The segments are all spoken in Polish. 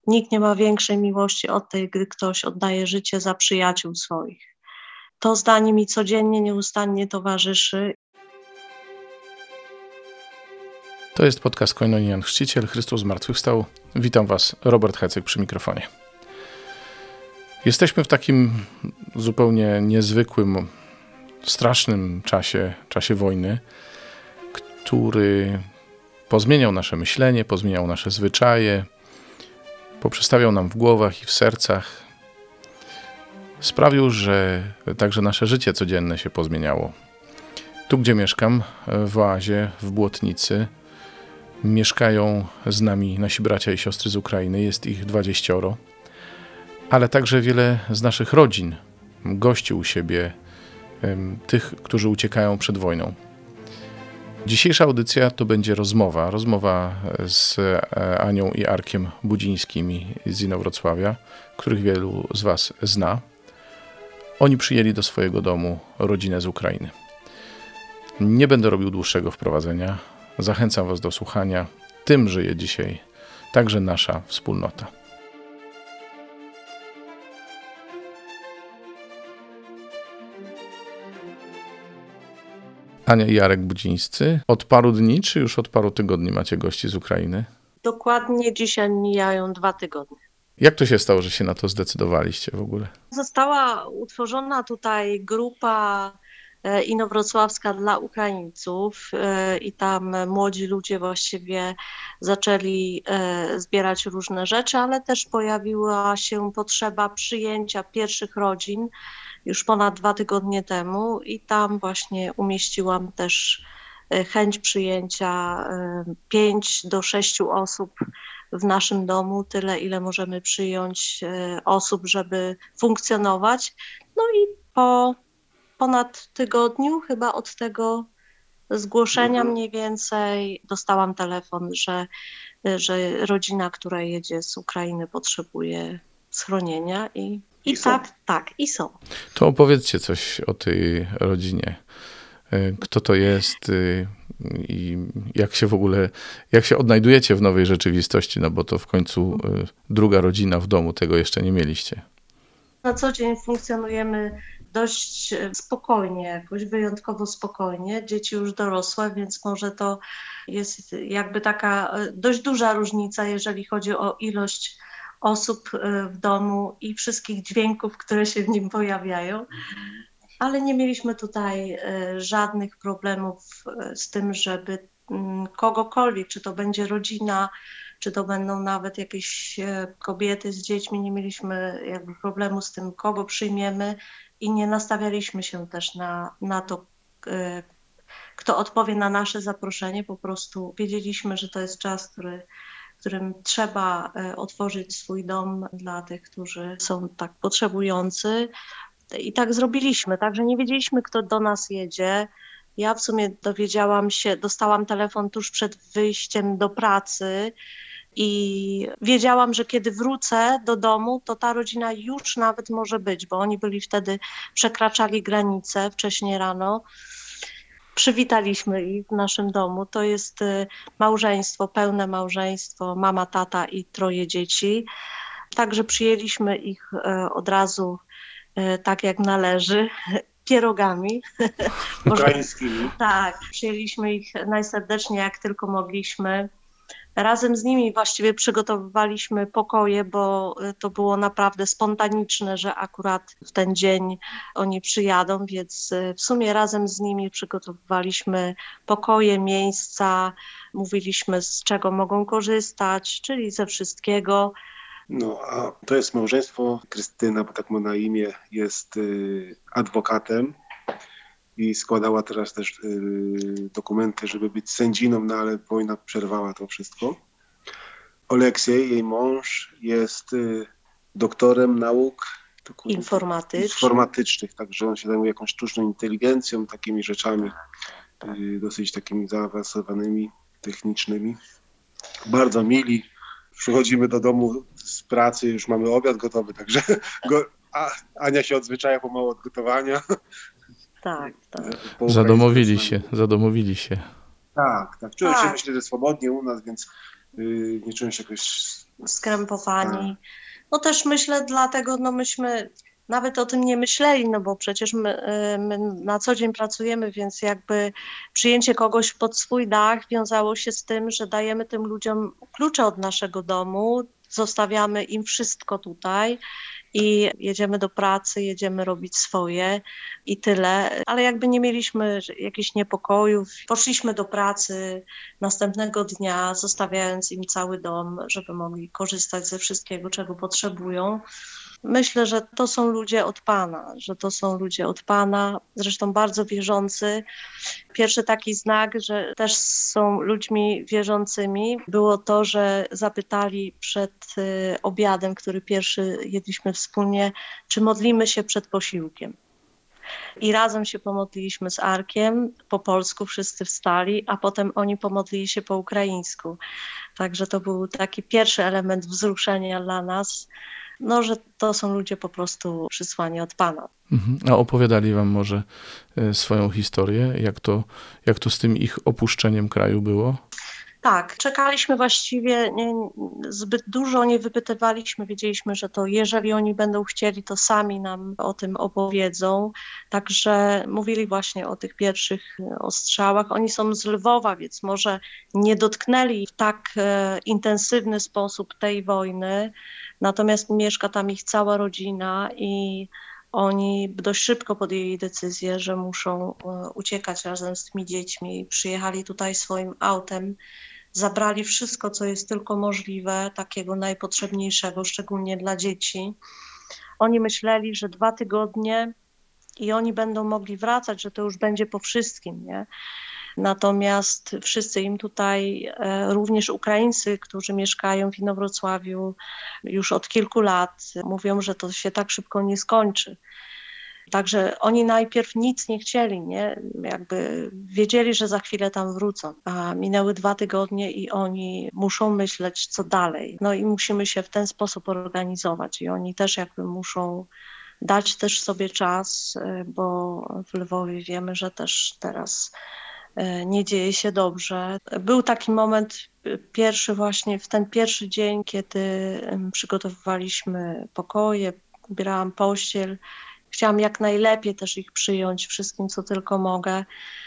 Nikt nie ma większej miłości od tej, gdy ktoś oddaje życie za przyjaciół swoich. To zdanie mi codziennie, nieustannie towarzyszy. To jest podcast Koinonian Chrzciciel, Chrystus zmartwychwstał. Witam Was, Robert Hecyk przy mikrofonie. Jesteśmy w takim zupełnie niezwykłym, strasznym czasie wojny, który pozmieniał nasze myślenie, pozmieniał nasze zwyczaje, poprzestawiał nam w głowach i w sercach. Sprawił, że także nasze życie codzienne się pozmieniało. Tu, gdzie mieszkam, w Oazie, w Błotnicy, mieszkają z nami nasi bracia i siostry z Ukrainy, jest ich 20, ale także wiele z naszych rodzin gości u siebie tych, którzy uciekają przed wojną. Dzisiejsza audycja to będzie rozmowa z Anią i Arkiem Budzińskimi z Inowrocławia, których wielu z Was zna. Oni przyjęli do swojego domu rodzinę z Ukrainy. Nie będę robił dłuższego wprowadzenia. Zachęcam Was do słuchania. Tym żyje dzisiaj także nasza wspólnota. Ania i Jarek Budzińscy. Od paru dni, czy już od paru tygodni macie gości z Ukrainy? Dokładnie dzisiaj mijają 2 tygodnie. Jak to się stało, że się na to zdecydowaliście w ogóle? Została utworzona tutaj grupa inowrocławska dla Ukraińców i tam młodzi ludzie właściwie zaczęli zbierać różne rzeczy, ale też pojawiła się potrzeba przyjęcia pierwszych rodzin już ponad 2 tygodnie temu i tam właśnie umieściłam też chęć przyjęcia 5 do 6 osób w naszym domu, tyle ile możemy przyjąć osób, żeby funkcjonować. No i po ponad tygodniu chyba od tego zgłoszenia mniej więcej dostałam telefon, że rodzina, która jedzie z Ukrainy, potrzebuje schronienia i tak, i są. To opowiedzcie coś o tej rodzinie. Kto to jest i jak się odnajdujecie w nowej rzeczywistości, no bo to w końcu druga rodzina w domu, tego jeszcze nie mieliście. Na co dzień funkcjonujemy dość spokojnie, jakoś wyjątkowo spokojnie. Dzieci już dorosłe, więc może to jest jakby taka dość duża różnica, jeżeli chodzi o ilość osób w domu i wszystkich dźwięków, które się w nim pojawiają. Ale nie mieliśmy tutaj żadnych problemów z tym, żeby kogokolwiek, czy to będzie rodzina, czy to będą nawet jakieś kobiety z dziećmi, nie mieliśmy jakby problemu z tym, kogo przyjmiemy i nie nastawialiśmy się też na to, kto odpowie na nasze zaproszenie. Po prostu wiedzieliśmy, że to jest czas, w którym trzeba otworzyć swój dom dla tych, którzy są tak potrzebujący. I tak zrobiliśmy, także nie wiedzieliśmy, kto do nas jedzie. Ja w sumie dostałam telefon tuż przed wyjściem do pracy i wiedziałam, że kiedy wrócę do domu, to ta rodzina już nawet może być, bo oni byli wtedy, przekraczali granicę wcześniej rano. Przywitaliśmy ich w naszym domu. To jest małżeństwo, pełne małżeństwo, mama, tata i 3 dzieci. Także przyjęliśmy ich od razu tak jak należy, pierogami. Ukraińskimi. Tak, przyjęliśmy ich najserdeczniej jak tylko mogliśmy. Razem z nimi właściwie przygotowywaliśmy pokoje, bo to było naprawdę spontaniczne, że akurat w ten dzień oni przyjadą, więc w sumie razem z nimi przygotowywaliśmy pokoje, miejsca, mówiliśmy z czego mogą korzystać, czyli ze wszystkiego. No, a to jest małżeństwo. Krystyna, bo tak ma na imię, jest adwokatem i składała teraz też dokumenty, żeby być sędziną, no ale wojna przerwała to wszystko. Oleksiej, jej mąż, jest doktorem nauk informatycznych, także on się zajmuje jakąś sztuczną inteligencją, takimi rzeczami dosyć takimi zaawansowanymi, technicznymi. Bardzo mili. Przychodzimy do domu z pracy, już mamy obiad gotowy, także Ania się odzwyczaja pomału od gotowania. Tak. Zadomowili się. Tak. Czują się, myślę, że swobodnie u nas, więc nie czują się jakoś... Skrępowani. No też myślę, dlatego myśmy nawet o tym nie myśleli, no bo przecież my na co dzień pracujemy, więc jakby przyjęcie kogoś pod swój dach wiązało się z tym, że dajemy tym ludziom klucze od naszego domu, zostawiamy im wszystko tutaj i jedziemy do pracy, jedziemy robić swoje i tyle, ale jakby nie mieliśmy jakichś niepokojów. Poszliśmy do pracy następnego dnia, zostawiając im cały dom, żeby mogli korzystać ze wszystkiego, czego potrzebują. Myślę, że to są ludzie od Pana, zresztą bardzo wierzący. Pierwszy taki znak, że też są ludźmi wierzącymi, było to, że zapytali przed obiadem, który pierwszy jedliśmy wspólnie, czy modlimy się przed posiłkiem. I razem się pomodliliśmy z Arkiem, po polsku wszyscy wstali, a potem oni pomodlili się po ukraińsku. Także to był taki pierwszy element wzruszenia dla nas, no, że to są ludzie po prostu przysłani od Pana. A opowiadali wam może swoją historię, jak to z tym ich opuszczeniem kraju było? Tak, czekaliśmy właściwie, zbyt dużo nie wypytywaliśmy, wiedzieliśmy, że to jeżeli oni będą chcieli, to sami nam o tym opowiedzą. Także mówili właśnie o tych pierwszych ostrzałach. Oni są z Lwowa, więc może nie dotknęli w tak intensywny sposób tej wojny, natomiast mieszka tam ich cała rodzina i oni dość szybko podjęli decyzję, że muszą uciekać razem z tymi dziećmi. Przyjechali tutaj swoim autem, zabrali wszystko, co jest tylko możliwe, takiego najpotrzebniejszego, szczególnie dla dzieci. Oni myśleli, że 2 tygodnie i oni będą mogli wracać, że to już będzie po wszystkim, nie? Natomiast wszyscy im tutaj, również Ukraińcy, którzy mieszkają w Inowrocławiu już od kilku lat, mówią, że to się tak szybko nie skończy. Także oni najpierw nic nie chcieli, nie? Jakby wiedzieli, że za chwilę tam wrócą, a minęły 2 tygodnie i oni muszą myśleć, co dalej. No i musimy się w ten sposób organizować i oni też jakby muszą dać też sobie czas, bo w Lwowie wiemy, że też teraz nie dzieje się dobrze. Był taki moment pierwszy właśnie w ten pierwszy dzień, kiedy przygotowywaliśmy pokoje, ubierałam pościel. Chciałam jak najlepiej też ich przyjąć wszystkim, co tylko mogę.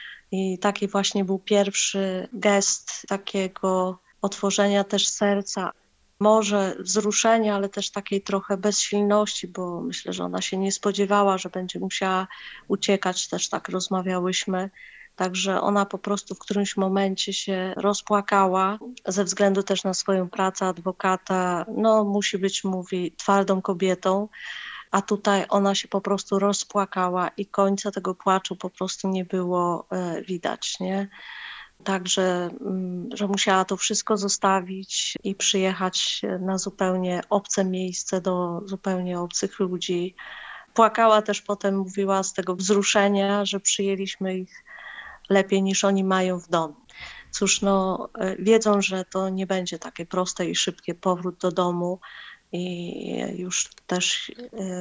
I taki właśnie był pierwszy gest takiego otworzenia też serca. Może wzruszenia, ale też takiej trochę bezsilności, bo myślę, że ona się nie spodziewała, że będzie musiała uciekać. Też tak rozmawiałyśmy. Także ona po prostu w którymś momencie się rozpłakała ze względu też na swoją pracę adwokata. No musi być, mówi, twardą kobietą. A tutaj ona się po prostu rozpłakała i końca tego płaczu po prostu nie było widać, nie? Także, że musiała to wszystko zostawić i przyjechać na zupełnie obce miejsce do zupełnie obcych ludzi. Płakała też potem, mówiła z tego wzruszenia, że przyjęliśmy ich lepiej niż oni mają w domu. Cóż, no wiedzą, że to nie będzie takie proste i szybkie powrót do domu, i już też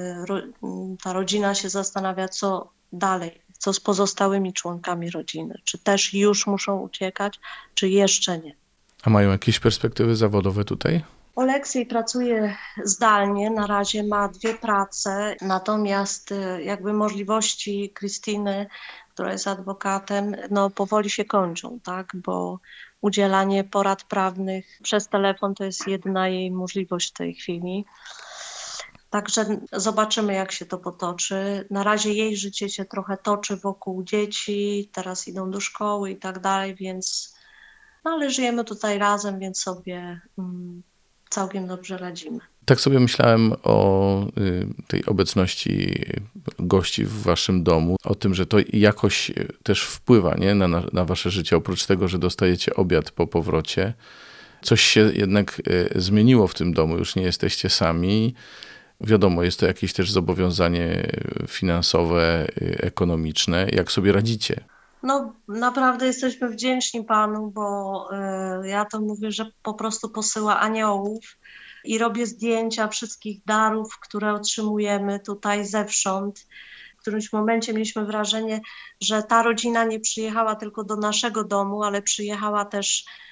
ta rodzina się zastanawia, co dalej, co z pozostałymi członkami rodziny. Czy też już muszą uciekać, czy jeszcze nie. A mają jakieś perspektywy zawodowe tutaj? Oleksiej pracuje zdalnie, na razie ma 2 prace, natomiast jakby możliwości Krystyny, która jest adwokatem, no powoli się kończą, tak, bo udzielanie porad prawnych przez telefon to jest jedyna jej możliwość w tej chwili. Także zobaczymy, jak się to potoczy. Na razie jej życie się trochę toczy wokół dzieci, teraz idą do szkoły i tak dalej, więc no, ale żyjemy tutaj razem, więc sobie całkiem dobrze radzimy. Tak sobie myślałem o tej obecności gości w waszym domu, o tym, że to jakoś też wpływa, nie, na wasze życie, oprócz tego, że dostajecie obiad po powrocie. Coś się jednak zmieniło w tym domu, już nie jesteście sami. Wiadomo, jest to jakieś też zobowiązanie finansowe, ekonomiczne. Jak sobie radzicie? No naprawdę jesteśmy wdzięczni Panu, bo ja to mówię, że po prostu posyła aniołów i robię zdjęcia wszystkich darów, które otrzymujemy tutaj zewsząd. W którymś momencie mieliśmy wrażenie, że ta rodzina nie przyjechała tylko do naszego domu, ale przyjechała też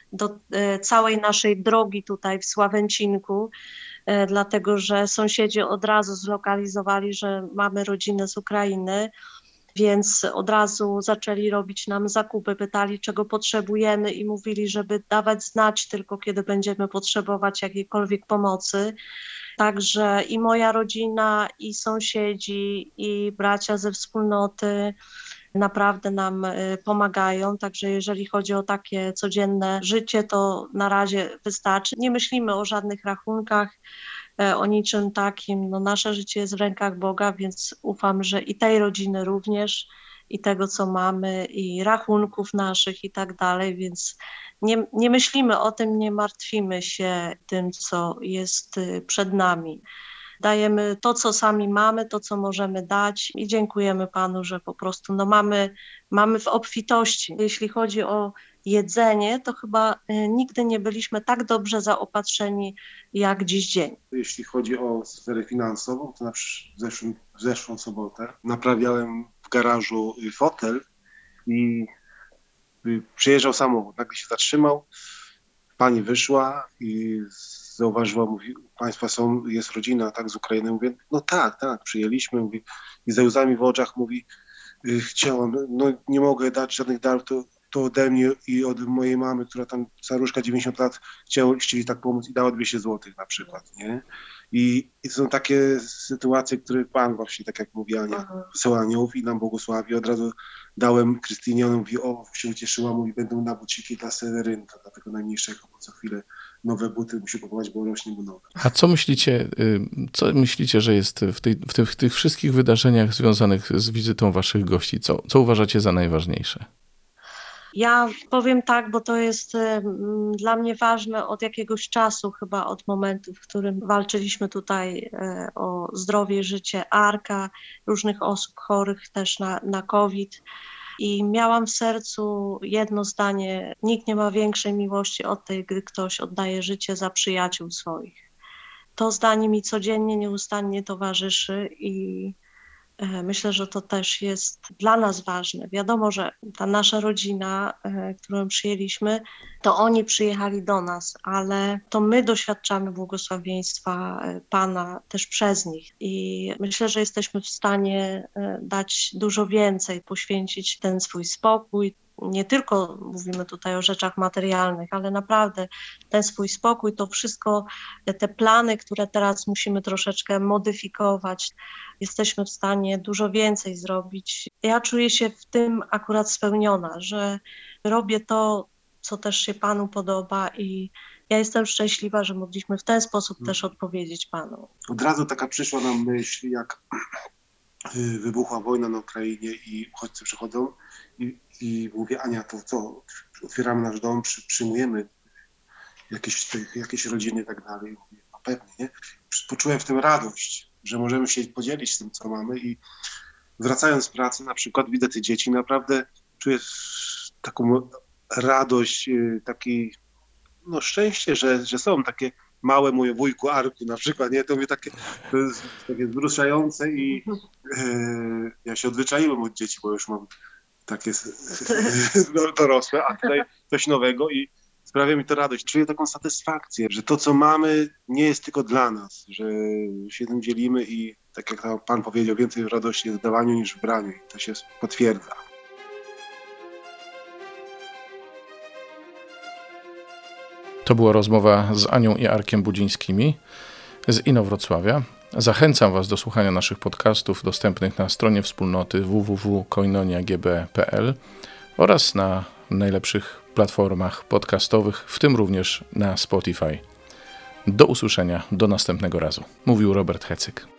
do całej naszej drogi tutaj w Sławęcinku, dlatego że sąsiedzi od razu zlokalizowali, że mamy rodzinę z Ukrainy, więc od razu zaczęli robić nam zakupy, pytali, czego potrzebujemy i mówili, żeby dawać znać tylko, kiedy będziemy potrzebować jakiejkolwiek pomocy. Także i moja rodzina, i sąsiedzi, i bracia ze wspólnoty naprawdę nam pomagają. Także jeżeli chodzi o takie codzienne życie, to na razie wystarczy. Nie myślimy o żadnych rachunkach, o niczym takim. No, nasze życie jest w rękach Boga, więc ufam, że i tej rodziny również, i tego, co mamy, i rachunków naszych i tak dalej, więc nie myślimy o tym, nie martwimy się tym, co jest przed nami. Dajemy to, co sami mamy, to, co możemy dać i dziękujemy Panu, że po prostu mamy w obfitości. Jeśli chodzi o jedzenie, to chyba nigdy nie byliśmy tak dobrze zaopatrzeni jak dziś dzień. Jeśli chodzi o sferę finansową, to w zeszłą sobotę naprawiałem w garażu fotel i przyjeżdżał samochód, nagle się zatrzymał, pani wyszła i zauważyła, mówi, państwa jest rodzina, tak, z Ukrainy. Mówię, no tak, przyjęliśmy, mówi, i ze łzami w oczach mówi, chciałam, no nie mogę dać żadnych darów, to ode mnie i od mojej mamy, która tam staruszka 90 lat chcieli tak pomóc i dała 200 złotych na przykład, nie? I są takie sytuacje, które Pan właśnie, tak jak mówi Ania, wysyła aniołów i nam błogosławi. Od razu dałem Krystynie, ona mówi, się ucieszyła, mówi, będą na buciki dla Sewerynka, dla tego najmniejszego, bo co chwilę nowe buty musi kupować, bo rośnie mu nowe. A co myślicie, że jest w tych wszystkich wydarzeniach związanych z wizytą waszych gości? Co uważacie za najważniejsze? Ja powiem tak, bo to jest dla mnie ważne od jakiegoś czasu, chyba od momentu, w którym walczyliśmy tutaj o zdrowie, życie Arka, różnych osób chorych też na COVID. I miałam w sercu jedno zdanie: nikt nie ma większej miłości od tej, gdy ktoś oddaje życie za przyjaciół swoich. To zdanie mi codziennie, nieustannie towarzyszy i myślę, że to też jest dla nas ważne. Wiadomo, że ta nasza rodzina, którą przyjęliśmy, to oni przyjechali do nas, ale to my doświadczamy błogosławieństwa Pana też przez nich. I myślę, że jesteśmy w stanie dać dużo więcej, poświęcić ten swój spokój. Nie tylko mówimy tutaj o rzeczach materialnych, ale naprawdę ten swój spokój, to wszystko, te plany, które teraz musimy troszeczkę modyfikować, jesteśmy w stanie dużo więcej zrobić. Ja czuję się w tym akurat spełniona, że robię to, co też się Panu podoba i ja jestem szczęśliwa, że mogliśmy w ten sposób też odpowiedzieć Panu. Od razu taka przyszła nam myśl, jak wybuchła wojna na Ukrainie i uchodźcy przychodzą i mówię, Ania, to co, otwieramy nasz dom, przyjmujemy jakieś rodziny i tak dalej. Mówię, no pewnie, nie? Poczułem w tym radość, że możemy się podzielić tym, co mamy i wracając z pracy, na przykład widzę te dzieci, naprawdę czuję taką radość, takie szczęście, że są takie małe moje wujku Arku na przykład, nie? To jest takie wzruszające i ja się odzwyczaiłem od dzieci, bo już mam takie dorosłe, a tutaj coś nowego i sprawia mi to radość. Czuję taką satysfakcję, że to, co mamy, nie jest tylko dla nas, że się tym dzielimy i tak jak Pan powiedział, więcej radości jest w dawaniu niż w braniu i to się potwierdza. To była rozmowa z Anią i Arkiem Budzińskimi z Inowrocławia. Zachęcam Was do słuchania naszych podcastów dostępnych na stronie wspólnoty www.koinoniagb.pl oraz na najlepszych platformach podcastowych, w tym również na Spotify. Do usłyszenia, do następnego razu. Mówił Robert Hecyk.